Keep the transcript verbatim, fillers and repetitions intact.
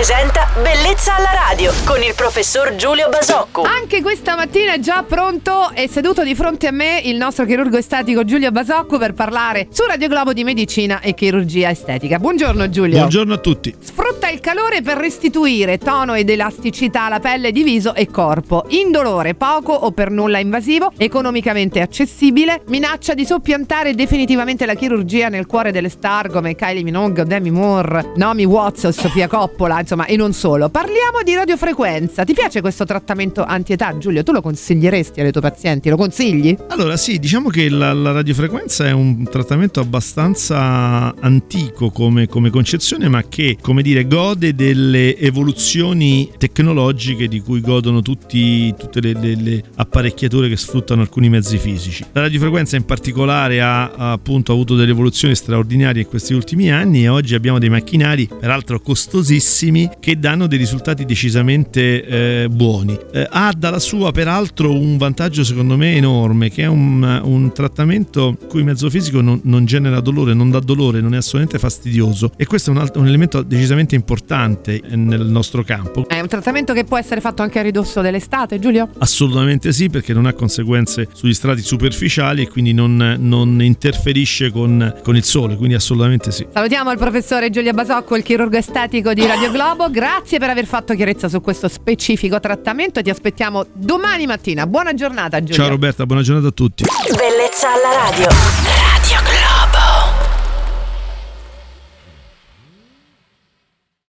presenta Bellezza alla radio con il professor Giulio Basocco. Anche questa mattina è già pronto e seduto di fronte a me il nostro chirurgo estetico Giulio Basocco per parlare su Radio Globo di medicina e chirurgia estetica. Buongiorno Giulio. Buongiorno a tutti. Sfrutta il calore per restituire tono ed elasticità alla pelle di viso e corpo. Indolore, poco o per nulla invasivo, economicamente accessibile, minaccia di soppiantare definitivamente la chirurgia nel cuore delle star come Kylie Minogue, Demi Moore, Naomi Watts o Sofia Coppola, insomma, e non solo. Parliamo di radiofrequenza. Ti piace questo trattamento anti-età, Giulio? Tu lo consiglieresti alle tue pazienti? Lo consigli? Allora sì, diciamo che la, la radiofrequenza è un trattamento abbastanza antico come, come concezione, ma che, come dire, gode delle evoluzioni tecnologiche di cui godono tutti, tutte le, le, le apparecchiature che sfruttano alcuni mezzi fisici. La radiofrequenza in particolare ha, ha appunto avuto delle evoluzioni straordinarie in questi ultimi anni e oggi abbiamo dei macchinari, peraltro costosissimi, che danno dei risultati decisamente eh, buoni. Eh, ha dalla sua peraltro un vantaggio secondo me enorme, che è un, un trattamento cui il mezzo fisico non, non genera dolore, non dà dolore, non è assolutamente fastidioso, e questo è un, altro, un elemento decisamente importante nel nostro campo. È un trattamento che può essere fatto anche a ridosso dell'estate, Giulio? Assolutamente sì, perché non ha conseguenze sugli strati superficiali e quindi non, non interferisce con, con il sole, quindi assolutamente sì. Salutiamo il professore Giulio Basocco, il chirurgo estetico di Radio Globo. Grazie per aver fatto chiarezza su questo specifico trattamento e ti aspettiamo domani mattina. Buona giornata Giulio. Ciao Roberta, buona giornata a tutti. Bellezza alla radio.